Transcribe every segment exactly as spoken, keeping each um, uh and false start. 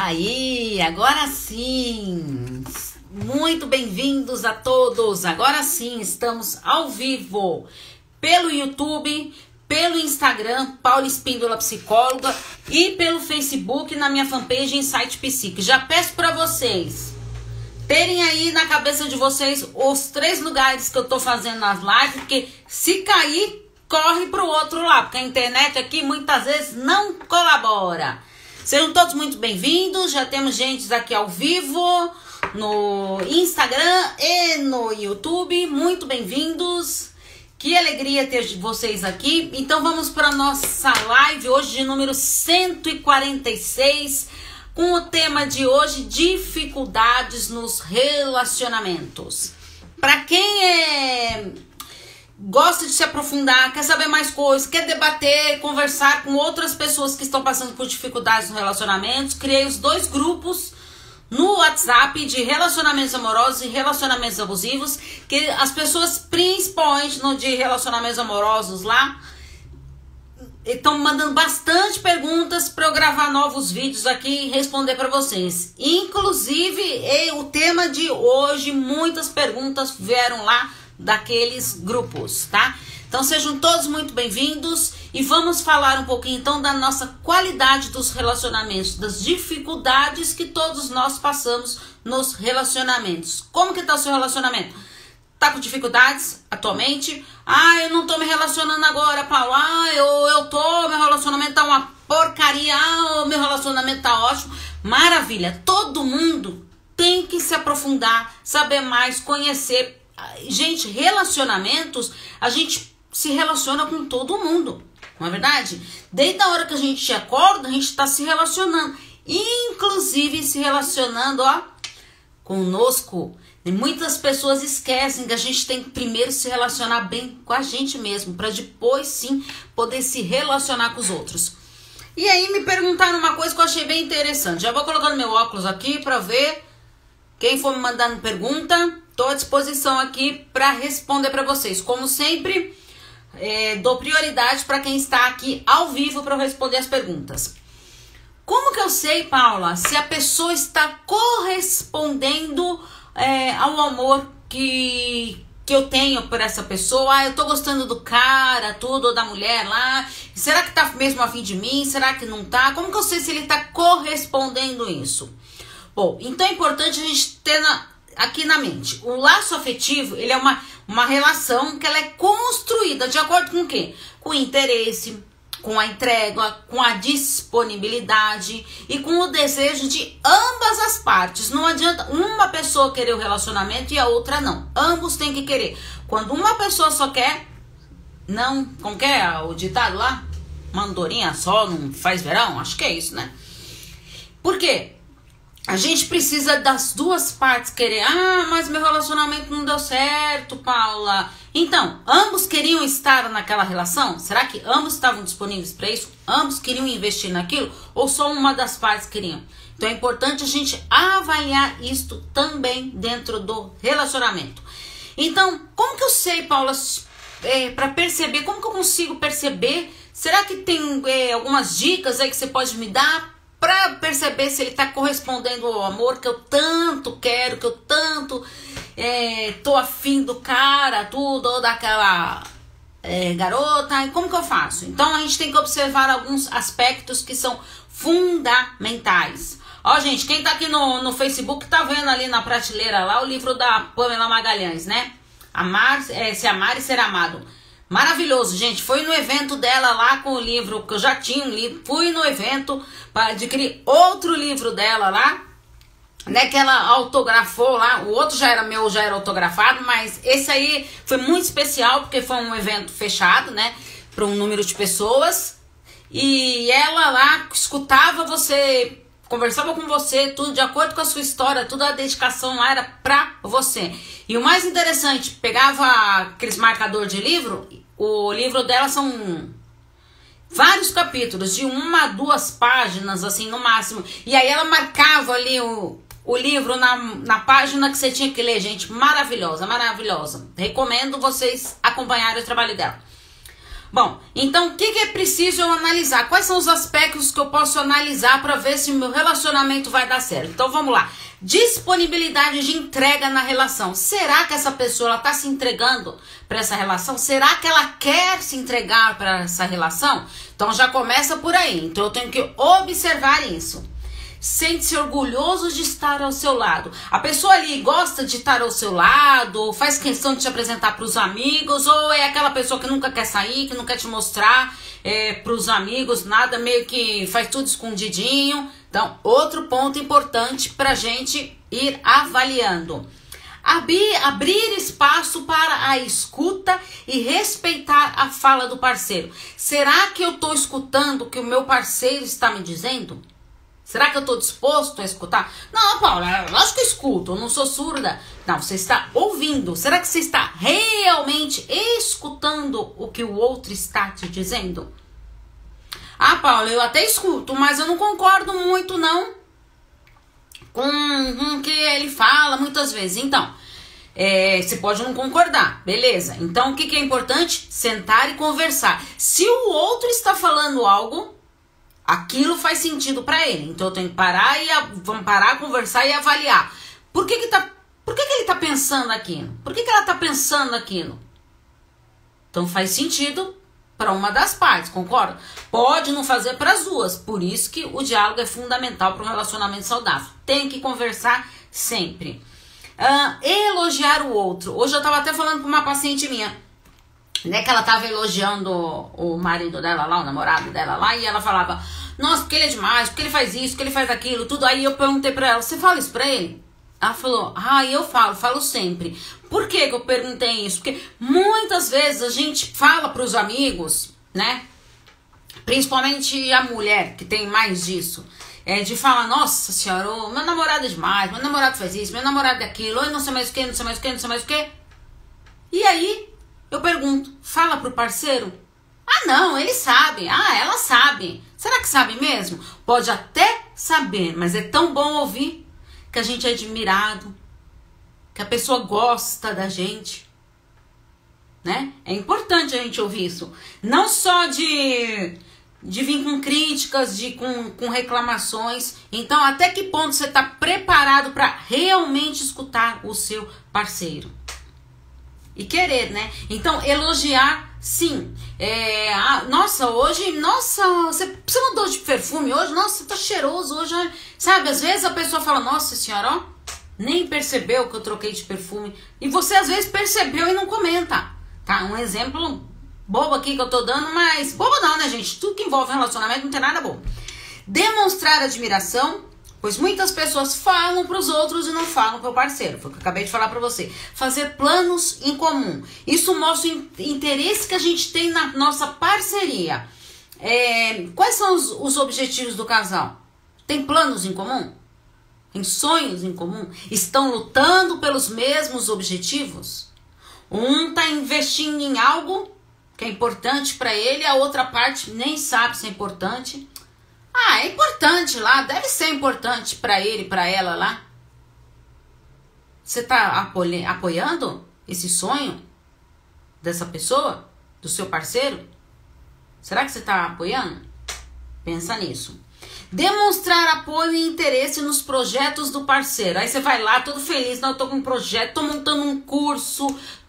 Aí, agora sim, muito bem-vindos a todos. Agora sim, estamos ao vivo pelo YouTube, pelo Instagram, Paula Espíndola Psicóloga, e pelo Facebook na minha fanpage Insight Psique. Já peço para vocês terem aí na cabeça de vocês os três lugares que eu tô fazendo as lives, porque se cair, corre pro outro lá, porque a internet aqui muitas vezes não colabora. Sejam todos muito bem-vindos, já temos gente aqui ao vivo no Instagram e no YouTube, muito bem-vindos. Que alegria ter vocês aqui. Então vamos para a nossa live hoje de número cento e quarenta e seis, com o tema de hoje, dificuldades nos relacionamentos. Para quem é... gosta de se aprofundar, quer saber mais coisas, quer debater, conversar com outras pessoas que estão passando por dificuldades no relacionamento, criei os dois grupos no WhatsApp de relacionamentos amorosos e relacionamentos abusivos, que as pessoas, principalmente no de relacionamentos amorosos lá, estão mandando bastante perguntas para eu gravar novos vídeos aqui e responder para vocês. Inclusive, o tema de hoje, muitas perguntas vieram lá daqueles grupos, tá? Então sejam todos muito bem-vindos e vamos falar um pouquinho então da nossa qualidade dos relacionamentos, das dificuldades que todos nós passamos nos relacionamentos. Como que tá o seu relacionamento? Tá com dificuldades atualmente? Ah, eu não tô me relacionando agora, Paulo. Ah, eu, eu tô, meu relacionamento tá uma porcaria. Ah, meu relacionamento tá ótimo. Maravilha, todo mundo tem que se aprofundar, saber mais, conhecer. Gente, relacionamentos, a gente se relaciona com todo mundo, não é verdade? Desde a hora que a gente acorda, a gente está se relacionando, inclusive se relacionando, ó, conosco. E muitas pessoas esquecem que a gente tem que primeiro se relacionar bem com a gente mesmo, para depois sim poder se relacionar com os outros. E aí me perguntaram uma coisa que eu achei bem interessante. Já vou colocando meu óculos aqui para ver. Quem for me mandando pergunta, estou à disposição aqui para responder para vocês. Como sempre, é, dou prioridade para quem está aqui ao vivo para responder as perguntas. Como que eu sei, Paula, se a pessoa está correspondendo é, ao amor que, que eu tenho por essa pessoa? Ah, eu tô gostando do cara, tudo, ou da mulher lá. Será que tá mesmo a fim de mim? Será que não tá? Como que eu sei se ele tá correspondendo isso? Bom, então é importante a gente ter na, aqui na mente. O laço afetivo, ele é uma, uma relação que ela é construída de acordo com o quê? Com o interesse, com a entrega, com a disponibilidade e com o desejo de ambas as partes. Não adianta uma pessoa querer o relacionamento e a outra não. Ambos têm que querer. Quando uma pessoa só quer, não, como que é o ditado lá? Mandorinha só não faz verão? Acho que é isso, né? Por quê? A gente precisa das duas partes querer. Ah, mas meu relacionamento não deu certo, Paula. Então, ambos queriam estar naquela relação? Será que ambos estavam disponíveis para isso? Ambos queriam investir naquilo? Ou só uma das partes queriam? Então é importante a gente avaliar isto também dentro do relacionamento. Então, como que eu sei, Paula, é, para perceber, como que eu consigo perceber? Será que tem é, algumas dicas aí que você pode me dar para perceber se ele está correspondendo ao amor que eu tanto quero, que eu tanto é, tô afim do cara, tudo, ou daquela é, garota? E como que eu faço? Então a gente tem que observar alguns aspectos que são fundamentais. Ó, gente, quem tá aqui no, no Facebook tá vendo ali na prateleira lá o livro da Pamela Magalhães, né? Amar, é, se amar e ser amado. Maravilhoso, gente. Foi no evento dela lá com o livro, que eu já tinha um livro. Fui no evento para adquirir outro livro dela lá, né? Que ela autografou lá. O outro já era meu, já era autografado, mas esse aí foi muito especial porque foi um evento fechado, né? Para um número de pessoas. E ela lá escutava você, conversava com você, tudo de acordo com a sua história, toda a dedicação lá era pra você. E o mais interessante, pegava aqueles marcador de livro, o livro dela são vários capítulos, de uma a duas páginas, assim, no máximo. E aí ela marcava ali o, o livro na, na página que você tinha que ler, gente. Maravilhosa, maravilhosa. Recomendo vocês acompanharem o trabalho dela. Bom, então o que, que é preciso eu analisar? Quais são os aspectos que eu posso analisar para ver se o meu relacionamento vai dar certo? Então vamos lá. Disponibilidade de entrega na relação. Será que essa pessoa está se entregando para essa relação? Será que ela quer se entregar para essa relação? Então já começa por aí. Então eu tenho que observar isso. Sente-se orgulhoso de estar ao seu lado. A pessoa ali gosta de estar ao seu lado, faz questão de te apresentar para os amigos, ou é aquela pessoa que nunca quer sair, que não quer te mostrar é, para os amigos, nada, meio que faz tudo escondidinho. Então, outro ponto importante para a gente ir avaliando. Abrir, abrir espaço para a escuta e respeitar a fala do parceiro. Será que eu estou escutando o que o meu parceiro está me dizendo? Será que eu estou disposto a escutar? Não, Paula, lógico que eu escuto, eu não sou surda. Não, você está ouvindo. Será que você está realmente escutando o que o outro está te dizendo? Ah, Paula, eu até escuto, mas eu não concordo muito não com o que ele fala muitas vezes. Então, é, você pode não concordar, beleza. Então, o que, que é importante? Sentar e conversar. Se o outro está falando algo, aquilo faz sentido para ele. Então eu tenho que parar e a, vamos parar, conversar e avaliar. Por que que tá, por que que ele tá pensando aquilo? Por que que ela tá pensando aquilo? Então faz sentido para uma das partes, concorda? Pode não fazer para as duas. Por isso que o diálogo é fundamental para um relacionamento saudável. Tem que conversar sempre. Uh, elogiar o outro. Hoje eu tava até falando com uma paciente minha, né, que ela tava elogiando o, o marido dela lá, o namorado dela lá, e ela falava, nossa, porque ele é demais, porque ele faz isso, porque ele faz aquilo, tudo. Aí eu perguntei pra ela, você fala isso pra ele? Ela falou, ah, eu falo, falo sempre. Por que que eu perguntei isso? Porque muitas vezes a gente fala pros amigos, né, principalmente a mulher, que tem mais disso, é de falar, nossa senhora, oh, meu namorado é demais, meu namorado faz isso, meu namorado é aquilo, eu não sei mais o que, não sei mais o que, não sei mais o que. E aí eu pergunto, fala pro parceiro? Ah, não, ele sabe. Ah, ela sabe. Será que sabe mesmo? Pode até saber, mas é tão bom ouvir que a gente é admirado, que a pessoa gosta da gente, né? É importante a gente ouvir isso. Não só de, de vir com críticas, de com, com reclamações. Então, até que ponto você está preparado para realmente escutar o seu parceiro? E querer, né? Então, elogiar, sim. É, ah, nossa, hoje, nossa, você, você mudou de perfume hoje? Nossa, tá cheiroso hoje. Sabe, às vezes a pessoa fala, nossa senhora, ó, nem percebeu que eu troquei de perfume. E você às vezes percebeu e não comenta. Tá? Um exemplo bobo aqui que eu tô dando, mas bobo não, né, gente? Tudo que envolve relacionamento não tem nada bom. Demonstrar admiração. Pois muitas pessoas falam para os outros e não falam para o parceiro. Foi o que eu acabei de falar para você. Fazer planos em comum. Isso mostra o interesse que a gente tem na nossa parceria. É, quais são os, os objetivos do casal? Tem planos em comum? Tem sonhos em comum? Estão lutando pelos mesmos objetivos? Um está investindo em algo que é importante para ele, a outra parte nem sabe se é importante. Ah, é importante lá, deve ser importante pra ele, pra ela lá. Você tá apoi- apoiando esse sonho dessa pessoa, do seu parceiro? Será que você tá apoiando? Pensa nisso. Demonstrar apoio e interesse nos projetos do parceiro. Aí você vai lá todo feliz, não, eu tô com um projeto, tô montando um curso,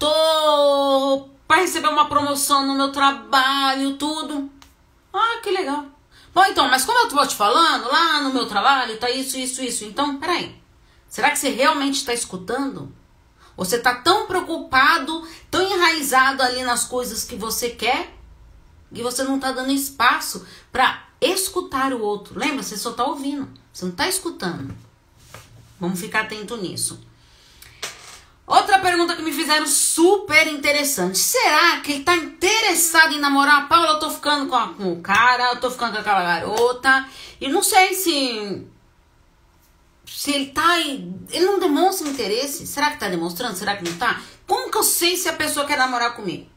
tô para receber uma promoção no meu trabalho, tudo. Ah, que legal. Bom, então, mas como eu tô te falando, lá no meu trabalho tá isso, isso, isso. Então, peraí. Será que você realmente está escutando? Ou você tá tão preocupado, tão enraizado ali nas coisas que você quer, que você não tá dando espaço para escutar o outro. Lembra? Você só tá ouvindo. Você não tá escutando. Vamos ficar atento nisso. Outra pergunta que me fizeram super interessante. Será que ele tá interessado em namorar? Paula, eu tô ficando com, a, com o cara, eu tô ficando com aquela garota. E não sei se... Se ele tá... Ele não demonstra interesse. Será que tá demonstrando? Será que não tá? Como que eu sei se a pessoa quer namorar comigo?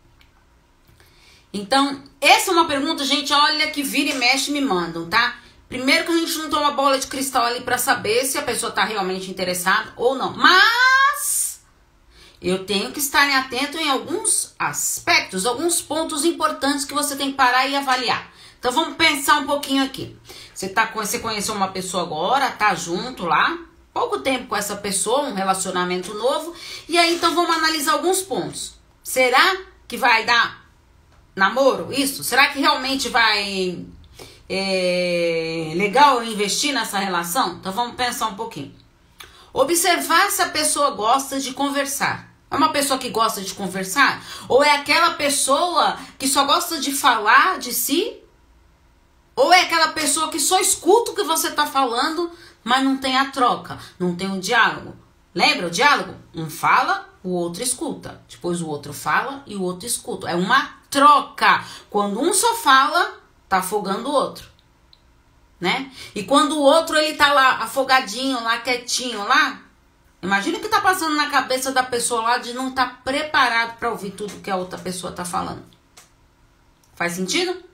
Então, essa é uma pergunta, gente, olha, que vira e mexe me mandam, tá? Primeiro que a gente não toma uma bola de cristal ali pra saber se a pessoa tá realmente interessada ou não. Mas... eu tenho que estar atento em alguns aspectos, alguns pontos importantes que você tem que parar e avaliar. Então vamos pensar um pouquinho aqui. Você, tá, você conheceu uma pessoa agora, tá junto lá, pouco tempo com essa pessoa, um relacionamento novo, e aí então vamos analisar alguns pontos. Será que vai dar namoro? Isso? Será que realmente vai é, legal investir nessa relação? Então vamos pensar um pouquinho. Observar se a pessoa gosta de conversar. É uma pessoa que gosta de conversar? Ou é aquela pessoa que só gosta de falar de si? Ou é aquela pessoa que só escuta o que você está falando, mas não tem a troca, não tem o diálogo? Lembra o diálogo? Um fala, o outro escuta. Depois o outro fala e o outro escuta. É uma troca. Quando um só fala, tá afogando o outro, né? E quando o outro, ele tá lá afogadinho, lá quietinho, lá, imagina o que tá passando na cabeça da pessoa lá de não estar tá preparado para ouvir tudo que a outra pessoa tá falando. Faz sentido?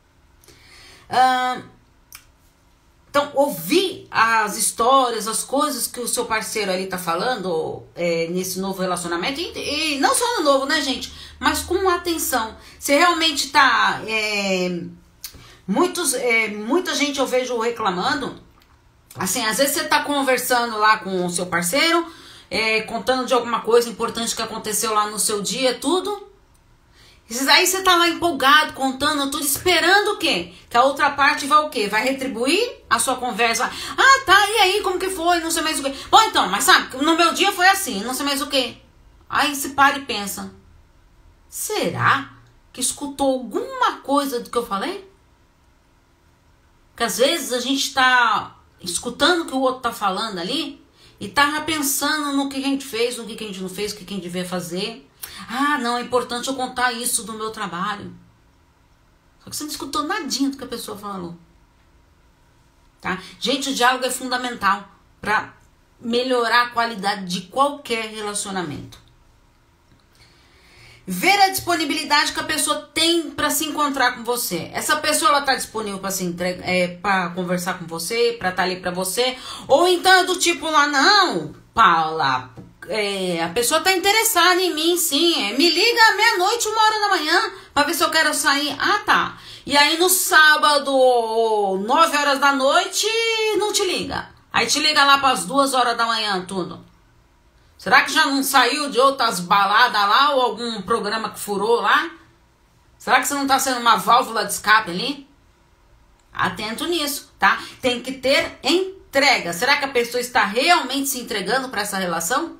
Ah, então, ouvir as histórias, as coisas que o seu parceiro ali tá falando é, nesse novo relacionamento, e, e não só no novo, né, gente? Mas com atenção. Se realmente tá... É, muitos, é, muita gente eu vejo reclamando, assim, às vezes você tá conversando lá com o seu parceiro, é, contando de alguma coisa importante que aconteceu lá no seu dia, tudo. Aí você tá lá empolgado, contando tudo, esperando o quê? Que a outra parte vai o quê? Vai retribuir a sua conversa. Ah, tá, e aí, como que foi? Não sei mais o quê. Bom, então, mas sabe, no meu dia foi assim, não sei mais o quê. Aí você para e pensa, será que escutou alguma coisa do que eu falei? Porque às vezes a gente tá escutando o que o outro tá falando ali e tá pensando no que a gente fez, no que a gente não fez, o que a gente devia fazer. Ah, não, é importante eu contar isso do meu trabalho. Só que você não escutou nadinha do que a pessoa falou. Tá? Gente, o diálogo é fundamental para melhorar a qualidade de qualquer relacionamento. Ver a disponibilidade que a pessoa tem para se encontrar com você. Essa pessoa ela tá disponível para se entregar, é, para conversar com você, para estar tá ali para você, ou então é do tipo lá, não, Paula, é, a pessoa tá interessada em mim, sim. É, me liga meia-noite, uma hora da manhã, para ver se eu quero sair. Ah, tá. E aí no sábado, nove horas da noite, não te liga. Aí te liga lá para as duas horas da manhã, tudo. Será que já não saiu de outras baladas lá ou algum programa que furou lá? Será que você não tá sendo uma válvula de escape ali? Atento nisso, tá? Tem que ter entrega. Será que a pessoa está realmente se entregando para essa relação?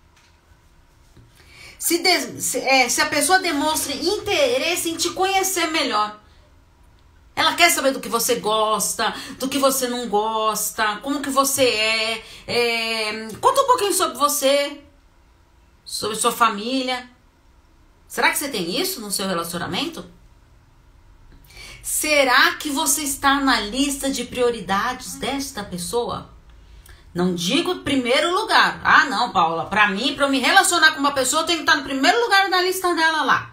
Se, de, se, é, se a pessoa demonstra interesse em te conhecer melhor, ela quer saber do que você gosta, do que você não gosta, como que você é, é, conta um pouquinho sobre você, sobre sua família. Será que você tem isso no seu relacionamento? Será que você está na lista de prioridades desta pessoa? Não digo primeiro lugar. Ah, não, Paula, pra mim, pra eu me relacionar com uma pessoa, eu tenho que estar no primeiro lugar da lista dela lá.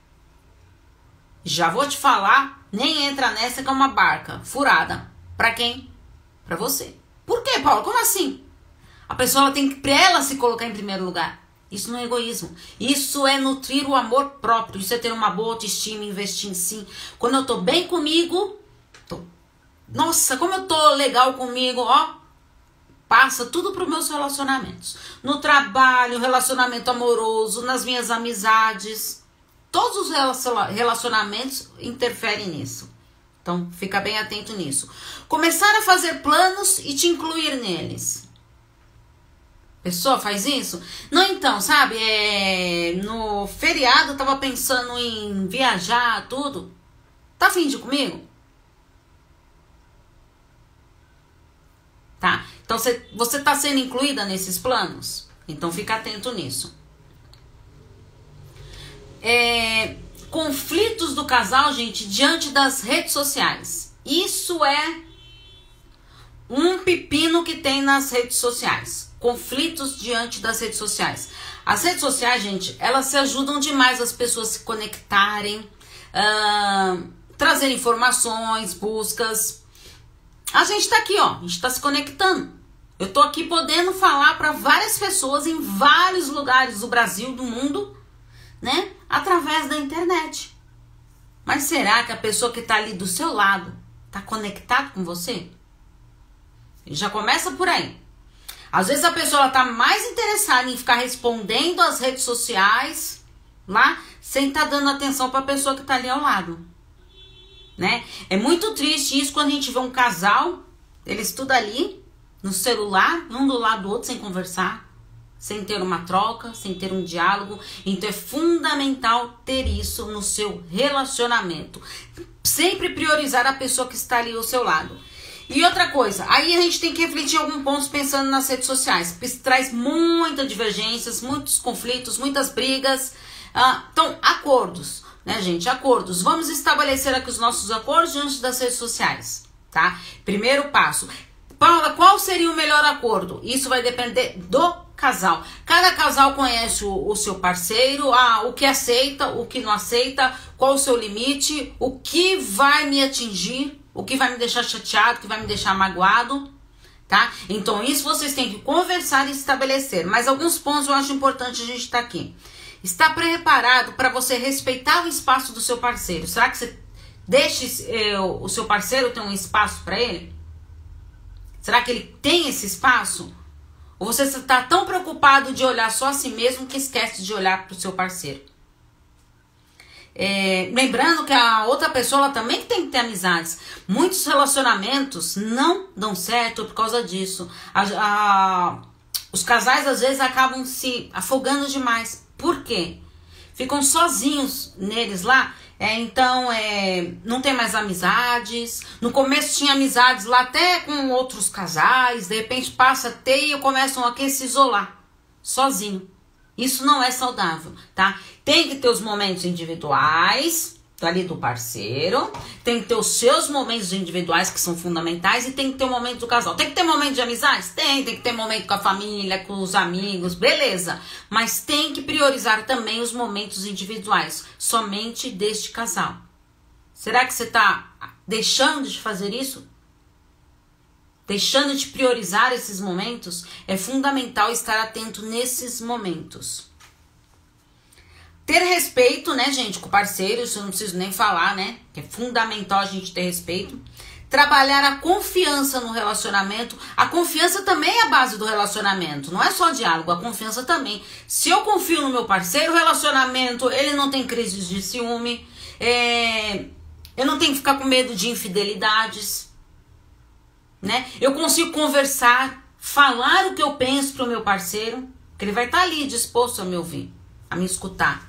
Já vou te falar, nem entra nessa que é uma barca furada. Pra quem? Pra você. Por quê, Paula? Como assim? A pessoa ela tem que, pra ela se colocar em primeiro lugar. Isso não é egoísmo. Isso é nutrir o amor próprio. Isso é ter uma boa autoestima, investir em si. Quando eu tô bem comigo, tô... nossa, como eu tô legal comigo, ó. Passa tudo para os meus relacionamentos. No trabalho, relacionamento amoroso, nas minhas amizades. Todos os relacionamentos interferem nisso. Então, fica bem atento nisso. Começar a fazer planos e te incluir neles. Pessoa faz isso? Não, então, sabe? É, no feriado eu tava pensando em viajar, tudo. Tá afim de ir comigo? Tá? Então, você, você tá sendo incluída nesses planos? Então, fica atento nisso. É, conflitos do casal, gente, diante das redes sociais. Isso é um pepino que tem nas redes sociais. Conflitos diante das redes sociais. As redes sociais, gente, elas se ajudam demais as pessoas se conectarem, uh, trazer informações, buscas. A gente tá aqui, ó, a gente tá se conectando. Eu tô aqui podendo falar para várias pessoas em vários lugares do Brasil, do mundo, né? Através da internet. Mas será que a pessoa que tá ali do seu lado tá conectada com você? Já começa por aí. Às vezes a pessoa ela tá mais interessada em ficar respondendo às redes sociais lá, sem estar tá dando atenção para a pessoa que tá ali ao lado, né? É muito triste isso quando a gente vê um casal, eles tudo ali no celular, um do lado do outro, sem conversar, sem ter uma troca, sem ter um diálogo. Então é fundamental ter isso no seu relacionamento. Sempre priorizar a pessoa que está ali ao seu lado. E outra coisa, aí a gente tem que refletir alguns pontos pensando nas redes sociais, porque isso traz muitas divergências, muitos conflitos, muitas brigas. Ah, então, acordos, né, gente? Acordos. Vamos estabelecer aqui os nossos acordos diante das redes sociais, tá? Primeiro passo. Paula, qual seria o melhor acordo? Isso vai depender do casal. Cada casal conhece o, o seu parceiro, ah, o que aceita, o que não aceita, qual o seu limite, o que vai me atingir, o que vai me deixar chateado, o que vai me deixar magoado, tá? Então, isso vocês têm que conversar e estabelecer. Mas alguns pontos eu acho importante a gente estar aqui. Está preparado para você respeitar o espaço do seu parceiro? Será que você deixa eh, o seu parceiro ter um espaço para ele? Será que ele tem esse espaço? Ou você está tão preocupado de olhar só a si mesmo que esquece de olhar para o seu parceiro? É, lembrando que a outra pessoa ela também tem que ter amizades. Muitos relacionamentos não dão certo por causa disso. A, a, os casais às vezes acabam se afogando demais. Por quê? Ficam sozinhos neles lá. É, então é, não tem mais amizades. No começo tinha amizades lá até com outros casais. De repente passa a ter e começam a querer se isolar sozinho. Isso não é saudável, tá? Tem que ter os momentos individuais ali do parceiro, tem que ter os seus momentos individuais que são fundamentais e tem que ter o momento do casal. Tem que ter momento de amizades? Tem, tem que ter momento com a família, com os amigos, beleza. Mas tem que priorizar também os momentos individuais, somente deste casal. Será que você está deixando de fazer isso? Deixando de priorizar esses momentos? É fundamental estar atento nesses momentos. Ter respeito, né, gente, com o parceiro, isso eu não preciso nem falar, né? Que é fundamental a gente ter respeito. Trabalhar a confiança no relacionamento. A confiança também é a base do relacionamento. Não é só diálogo, a confiança também. Se eu confio no meu parceiro, o relacionamento, ele não tem crises de ciúme. É, eu não tenho que ficar com medo de infidelidades. Né? Eu consigo conversar, falar o que eu penso pro meu parceiro, que ele vai estar ali disposto a me ouvir, a me escutar.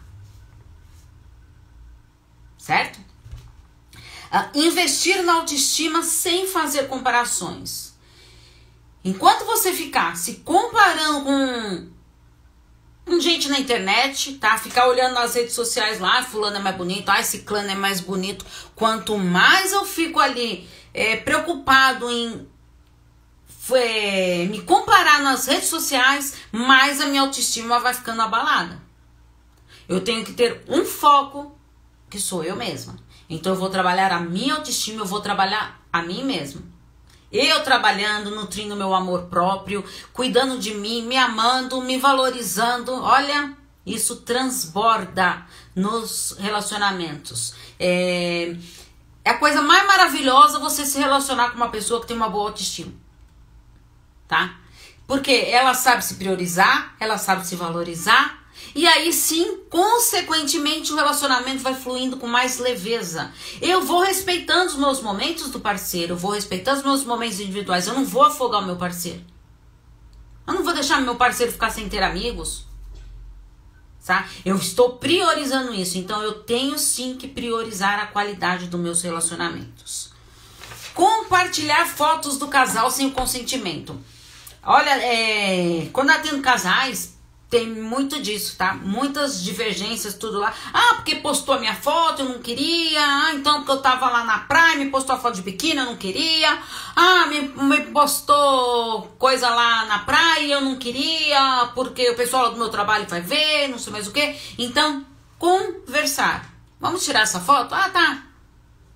Certo? Uh, investir na autoestima sem fazer comparações. Enquanto você ficar se comparando com um gente na internet, tá? Ficar olhando nas redes sociais lá, fulano é mais bonito, ah, esse clã é mais bonito. Quanto mais eu fico ali é, preocupado em é, me comparar nas redes sociais, mais a minha autoestima vai ficando abalada. Eu tenho que ter um foco, que sou eu mesma. Então eu vou trabalhar a minha autoestima, eu vou trabalhar a mim mesma. Eu trabalhando, nutrindo meu amor próprio, cuidando de mim, me amando, me valorizando. Olha, isso transborda nos relacionamentos. É, é a coisa mais maravilhosa você se relacionar com uma pessoa que tem uma boa autoestima. Tá? Porque ela sabe se priorizar, ela sabe se valorizar. E aí sim, consequentemente, o relacionamento vai fluindo com mais leveza. Eu vou respeitando os meus momentos do parceiro, eu vou respeitando os meus momentos individuais. Eu não vou afogar o meu parceiro. Eu não vou deixar meu parceiro ficar sem ter amigos. Tá? Eu estou priorizando isso. Então eu tenho sim que priorizar a qualidade dos meus relacionamentos. Compartilhar fotos do casal sem o consentimento. Olha, é, quando atendo casais, tem muito disso, tá? Muitas divergências, tudo lá. Ah, porque postou a minha foto, eu não queria. Ah, então porque eu tava lá na praia, me postou a foto de biquíni, eu não queria. Ah, me, me postou coisa lá na praia, eu não queria, porque o pessoal do meu trabalho vai ver, não sei mais o que. Então, conversar. Vamos tirar essa foto? Ah, tá.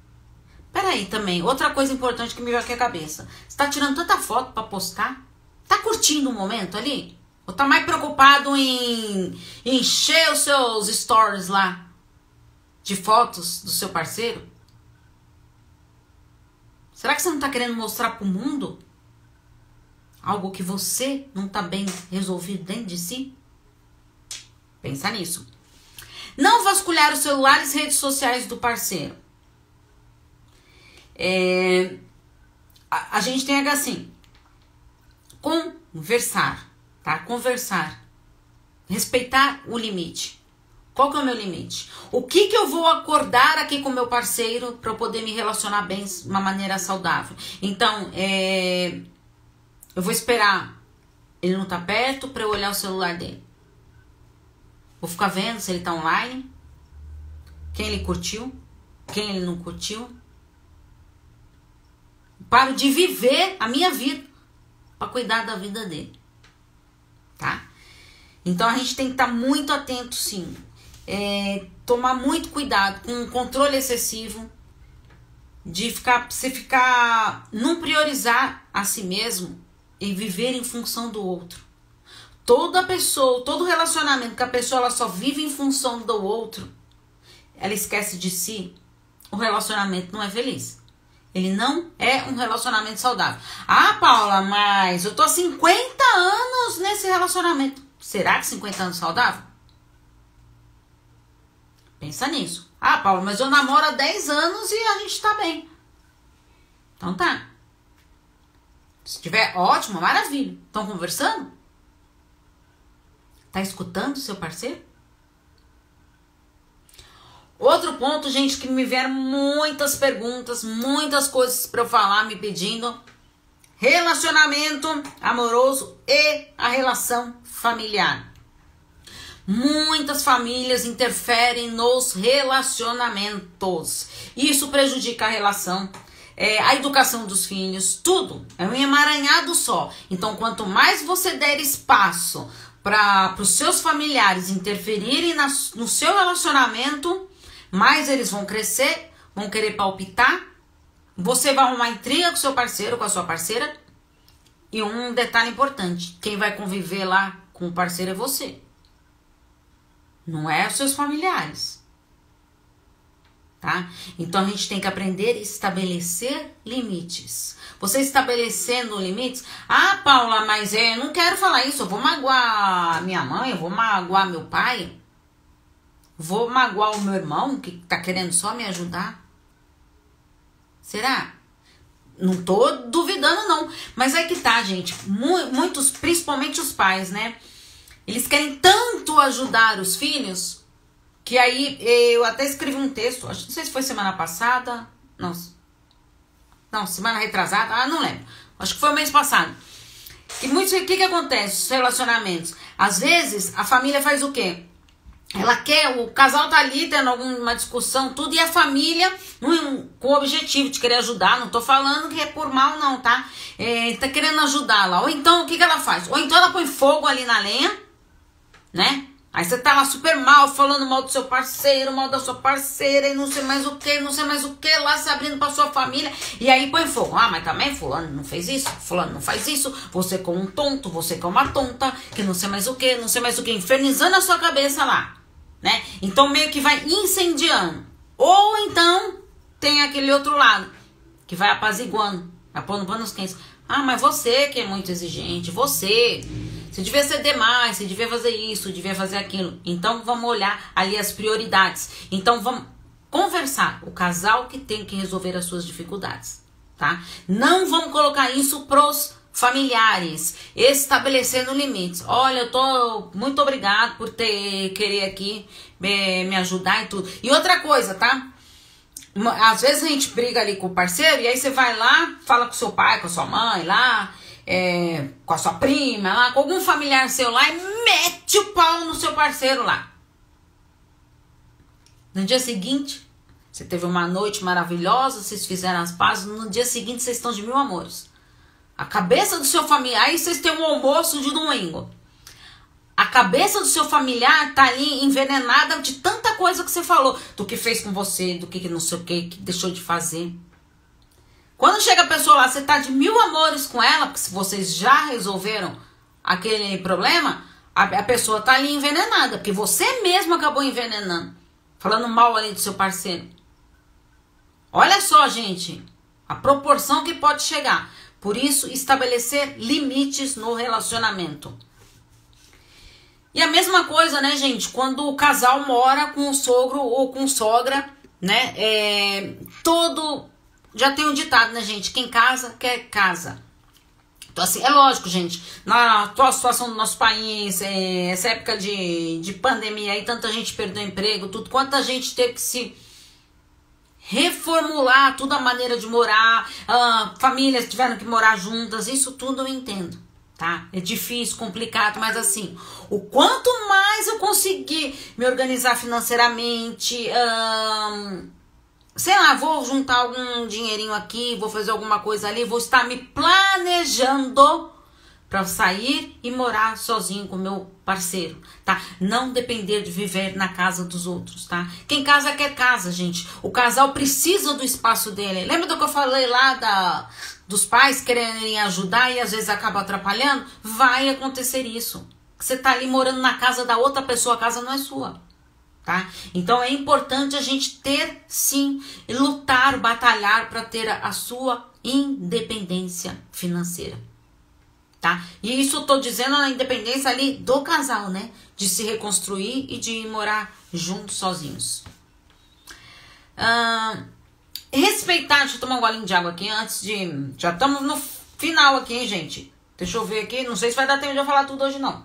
Peraí também, outra coisa importante que me veio aqui à cabeça. Você tá tirando tanta foto pra postar? Tá curtindo o momento ali? Ou tá mais preocupado em encher os seus stories lá de fotos do seu parceiro? Será que você não tá querendo mostrar pro mundo algo que você não tá bem resolvido dentro de si? Pensa nisso. Não vasculhar os celulares e redes sociais do parceiro. É, a, a gente tem assim, conversar, tá? Conversar. Respeitar o limite. Qual que é o meu limite? O que que eu vou acordar aqui com o meu parceiro para eu poder me relacionar bem de uma maneira saudável? Então, é, eu vou esperar ele não tá perto para eu olhar o celular dele. Vou ficar vendo se ele tá online, quem ele curtiu, quem ele não curtiu. Paro de viver a minha vida para cuidar da vida dele, tá? Então a gente tem que estar muito atento, sim. É, tomar muito cuidado com o controle excessivo, de ficar, você ficar, não priorizar a si mesmo e viver em função do outro. Toda pessoa, todo relacionamento que a pessoa ela só vive em função do outro, ela esquece de si, o relacionamento não é feliz. Ele não é um relacionamento saudável. Ah, Paula, mas eu tô há cinquenta anos nesse relacionamento. Será que cinquenta anos é saudável? Pensa nisso. Ah, Paula, mas eu namoro há dez anos e a gente tá bem. Então tá. Se tiver, ótimo, maravilha. Estão conversando? Tá escutando o seu parceiro? Outro ponto, gente, que me vieram muitas perguntas, muitas coisas para eu falar, me pedindo. Relacionamento amoroso e a relação familiar. Muitas famílias interferem nos relacionamentos. Isso prejudica a relação, é, a educação dos filhos, tudo. É um emaranhado só. Então, quanto mais você der espaço para os seus familiares interferirem na, no seu relacionamento, mais eles vão crescer, vão querer palpitar. Você vai arrumar intriga com seu parceiro, com a sua parceira. E um detalhe importante, quem vai conviver lá com o parceiro é você. Não é os seus familiares. Tá? Então a gente tem que aprender a estabelecer limites. Você estabelecendo limites. Ah, Paula, mas eu não quero falar isso. Eu vou magoar minha mãe, eu vou magoar meu pai. Vou magoar o meu irmão que tá querendo só me ajudar. Será? Não tô duvidando, não. Mas é que tá, gente. Muitos, principalmente os pais, né? Eles querem tanto ajudar os filhos que aí eu até escrevi um texto. Acho, não sei se foi semana passada. Não, não semana retrasada. Ah, não lembro. Acho que foi o mês passado. E muitos, o que que acontece? Os relacionamentos. Às vezes, a família faz o quê? Ela quer, o casal tá ali tendo alguma discussão, tudo, e a família um, com o objetivo de querer ajudar, não tô falando que é por mal não, tá? É, tá querendo ajudá-la. Ou então, o que que ela faz? Ou então ela põe fogo ali na lenha, né? Aí você tá lá super mal, falando mal do seu parceiro, mal da sua parceira, e não sei mais o que, não sei mais o que, lá se abrindo pra sua família, e aí põe fogo. Ah, mas também fulano não fez isso, fulano não faz isso, você com um tonto, você com uma tonta, que não sei mais o que, não sei mais o que, infernizando a sua cabeça lá. Né? Então meio que vai incendiando. Ou então tem aquele outro lado que vai apaziguando, vai pondo panos quentes. Ah, mas você que é muito exigente, você, você devia ceder mais, você devia fazer isso, devia fazer aquilo. Então vamos olhar ali as prioridades. Então vamos conversar, o casal que tem que resolver as suas dificuldades, tá? Não vamos colocar isso pros familiares, estabelecendo limites. Olha, eu tô muito obrigado por ter querer aqui me, me ajudar e tudo. E outra coisa, tá? Às vezes a gente briga ali com o parceiro e aí você vai lá, fala com seu pai, com a sua mãe lá, é, com a sua prima lá, com algum familiar seu lá e mete o pau no seu parceiro lá. No dia seguinte, você teve uma noite maravilhosa, vocês fizeram as pazes, no dia seguinte vocês estão de mil amores. A cabeça do seu familiar, aí vocês têm um almoço de domingo. A cabeça do seu familiar tá ali envenenada de tanta coisa que você falou. Do que fez com você, do que não sei o que, que deixou de fazer. Quando chega a pessoa lá, você tá de mil amores com ela, porque se vocês já resolveram aquele problema, a, a pessoa tá ali envenenada, porque você mesmo acabou envenenando, falando mal ali do seu parceiro. Olha só, gente, a proporção que pode chegar. Por isso, estabelecer limites no relacionamento. E a mesma coisa, né, gente, quando o casal mora com o sogro ou com sogra, né, é, todo, já tem um ditado, né, gente, quem casa, quer casa. Então, assim, é lógico, gente, na atual situação do nosso país, é, essa época de, de pandemia aí, tanta gente perdeu emprego, tudo, quanta gente teve que se reformular, tudo a maneira de morar, ah, famílias tiveram que morar juntas, isso tudo eu entendo. Tá? É difícil, complicado, mas assim, o quanto mais eu conseguir me organizar financeiramente, hum, sei lá, vou juntar algum dinheirinho aqui, vou fazer alguma coisa ali, vou estar me planejando para sair e morar sozinho com meu parceiro, tá? Não depender de viver na casa dos outros, tá? Quem casa quer casa, gente. O casal precisa do espaço dele. Lembra do que eu falei lá da... dos pais quererem ajudar e às vezes acaba atrapalhando? Vai acontecer isso. Você tá ali morando na casa da outra pessoa, a casa não é sua, tá? Então é importante a gente ter, sim, lutar, batalhar para ter a, a sua independência financeira, tá? E isso eu tô dizendo a independência ali do casal, né? De se reconstruir e de morar juntos, sozinhos. Ahn... Respeitar, deixa eu tomar um golinho de água aqui antes de... Já estamos no final aqui, hein, gente? Deixa eu ver aqui, não sei se vai dar tempo de eu falar tudo hoje, não.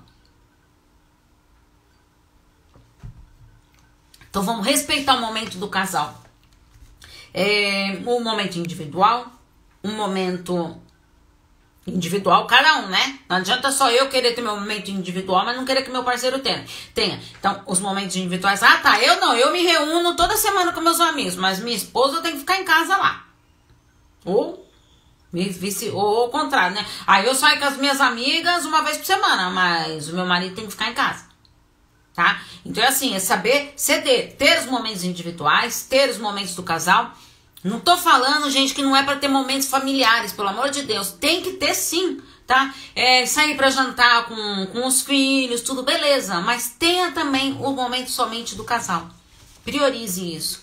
Então vamos respeitar o momento do casal. É, um momento individual, um momento individual, cada um, né? Não adianta só eu querer ter meu momento individual, mas não querer que meu parceiro tenha. tenha. Então, os momentos individuais, ah, tá, eu não, eu me reúno toda semana com meus amigos, mas minha esposa tem que ficar em casa lá. Ou, vice, ou ao contrário, né? Aí eu saio com as minhas amigas uma vez por semana, mas o meu marido tem que ficar em casa, tá? Então é assim, é saber ceder, ter os momentos individuais, ter os momentos do casal. Não tô falando, gente, que não é para ter momentos familiares, pelo amor de Deus. Tem que ter sim, tá? É, sair para jantar com, com os filhos, tudo beleza. Mas tenha também o momento somente do casal. Priorize isso.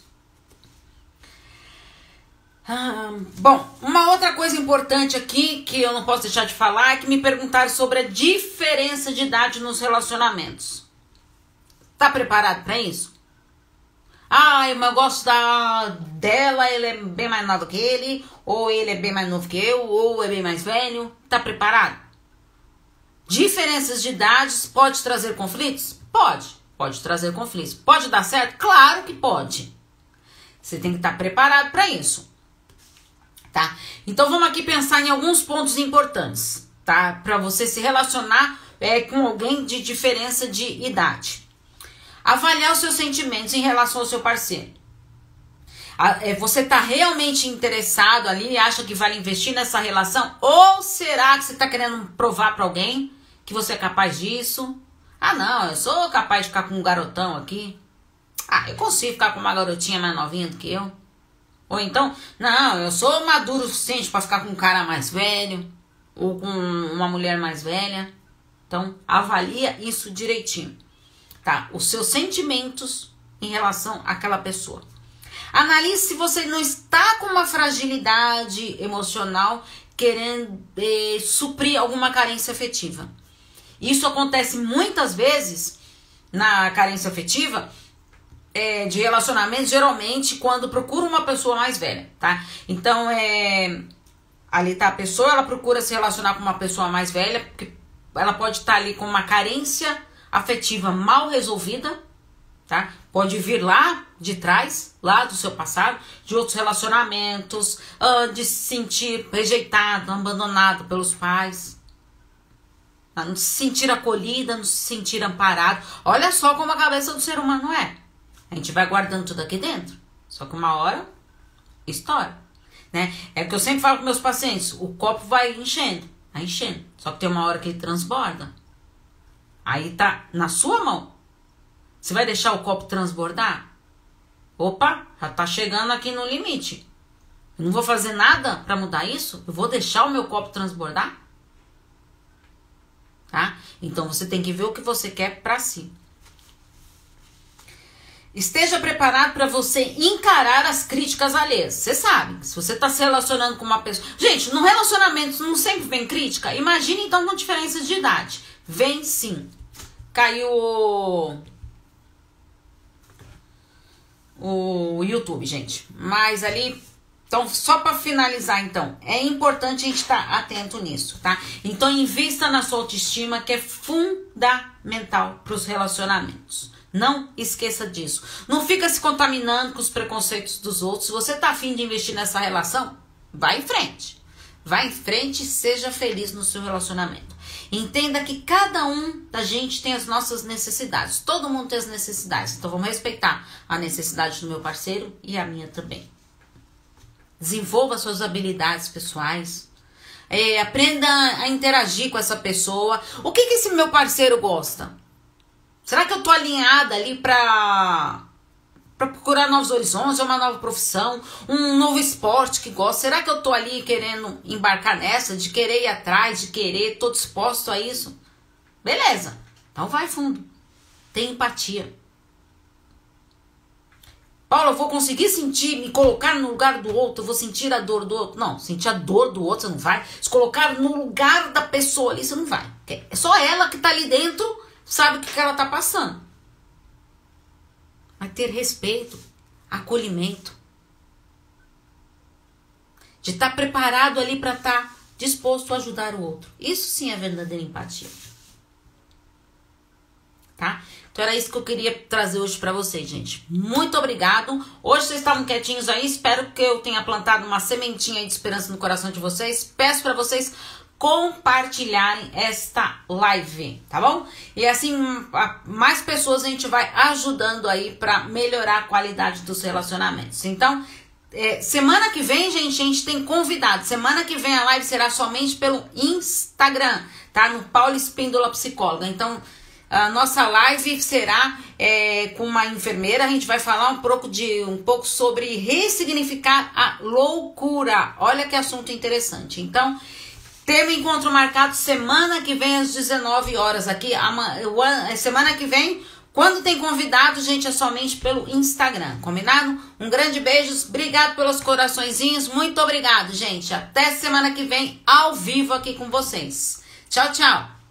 Ah, bom, uma outra coisa importante aqui, que eu não posso deixar de falar, é que me perguntaram sobre a diferença de idade nos relacionamentos. Tá preparado para isso? Ah, eu gosto da, dela, ele é bem mais novo que ele, ou ele é bem mais novo que eu, ou é bem mais velho. Tá preparado? Diferenças de idades pode trazer conflitos? Pode, pode trazer conflitos. Pode dar certo? Claro que pode. Você tem que estar preparado para isso, tá? Então vamos aqui pensar em alguns pontos importantes, tá? Para você se relacionar é, com alguém de diferença de idade. Avaliar os seus sentimentos em relação ao seu parceiro. Você está realmente interessado ali e acha que vale investir nessa relação? Ou será que você está querendo provar para alguém que você é capaz disso? Ah, não, eu sou capaz de ficar com um garotão aqui. Ah, eu consigo ficar com uma garotinha mais novinha do que eu. Ou então, não, eu sou maduro o suficiente para ficar com um cara mais velho. Ou com uma mulher mais velha. Então, avalia isso direitinho. Tá, os seus sentimentos em relação àquela pessoa. Analise se você não está com uma fragilidade emocional querendo eh, suprir alguma carência afetiva. Isso acontece muitas vezes na carência afetiva eh, de relacionamento, geralmente quando procura uma pessoa mais velha, tá? Então, é, ali tá a pessoa, ela procura se relacionar com uma pessoa mais velha, porque ela pode estar ali com uma carência afetiva mal resolvida, tá? Pode vir lá de trás, lá do seu passado, de outros relacionamentos, uh, de se sentir rejeitado, abandonado pelos pais, tá? Não se sentir acolhida, não se sentir amparado. Olha só como a cabeça do ser humano é. A gente vai guardando tudo aqui dentro, só que uma hora estoura, né? É o que eu sempre falo com meus pacientes, o copo vai enchendo, vai enchendo, só que tem uma hora que ele transborda. Aí tá na sua mão. Você vai deixar o copo transbordar? Opa, já tá chegando aqui no limite. Eu não vou fazer nada para mudar isso? Eu vou deixar o meu copo transbordar? Tá? Então você tem que ver o que você quer para si. Esteja preparado para você encarar as críticas alheias. Você sabe, se você está se relacionando com uma pessoa... Gente, no relacionamento não sempre vem crítica? Imagine então com diferença de idade. Vem sim. Caiu o... o YouTube, gente. Mas ali... Então, só para finalizar, então, é importante a gente estar tá atento nisso, tá? Então, invista na sua autoestima, que é fundamental para os relacionamentos. Não esqueça disso. Não fica se contaminando com os preconceitos dos outros. Se você tá afim de investir nessa relação, vai em frente. Vai em frente e seja feliz no seu relacionamento. Entenda que cada um da gente tem as nossas necessidades. Todo mundo tem as necessidades. Então, vamos respeitar a necessidade do meu parceiro e a minha também. Desenvolva suas habilidades pessoais. É, aprenda a interagir com essa pessoa. O que que esse meu parceiro gosta? Será que eu tô alinhada ali pra, pra procurar novos horizontes, uma nova profissão, um novo esporte que gosto? Será que eu tô ali querendo embarcar nessa, de querer ir atrás, de querer, tô disposto a isso? Beleza. Então vai fundo. Tem empatia. Paulo, eu vou conseguir sentir, me colocar no lugar do outro, eu vou sentir a dor do outro. Não, sentir a dor do outro você não vai. Se colocar no lugar da pessoa ali, você não vai. É só ela que tá ali dentro, sabe o que ela tá passando. Vai ter respeito, acolhimento. De estar tá preparado ali para estar tá disposto a ajudar o outro. Isso sim é verdadeira empatia. Tá? Então era isso que eu queria trazer hoje pra vocês, gente. Muito obrigado. Hoje vocês estavam quietinhos aí. Espero que eu tenha plantado uma sementinha de esperança no coração de vocês. Peço pra vocês compartilharem esta live, tá bom? E assim, mais pessoas a gente vai ajudando aí pra melhorar a qualidade dos relacionamentos. Então, é, semana que vem, gente, a gente tem convidado. Semana que vem a live será somente pelo Instagram, tá? No Paula Espíndola Psicóloga. Então... a nossa live será é, com uma enfermeira. A gente vai falar um pouco, de, um pouco sobre ressignificar a loucura. Olha que assunto interessante. Então, temos encontro marcado semana que vem às dezenove horas aqui. A, semana que vem, quando tem convidado, gente, é somente pelo Instagram. Combinado? Um grande beijo. Obrigado pelos coraçõezinhos. Muito obrigado, gente. Até semana que vem, ao vivo aqui com vocês. Tchau, tchau.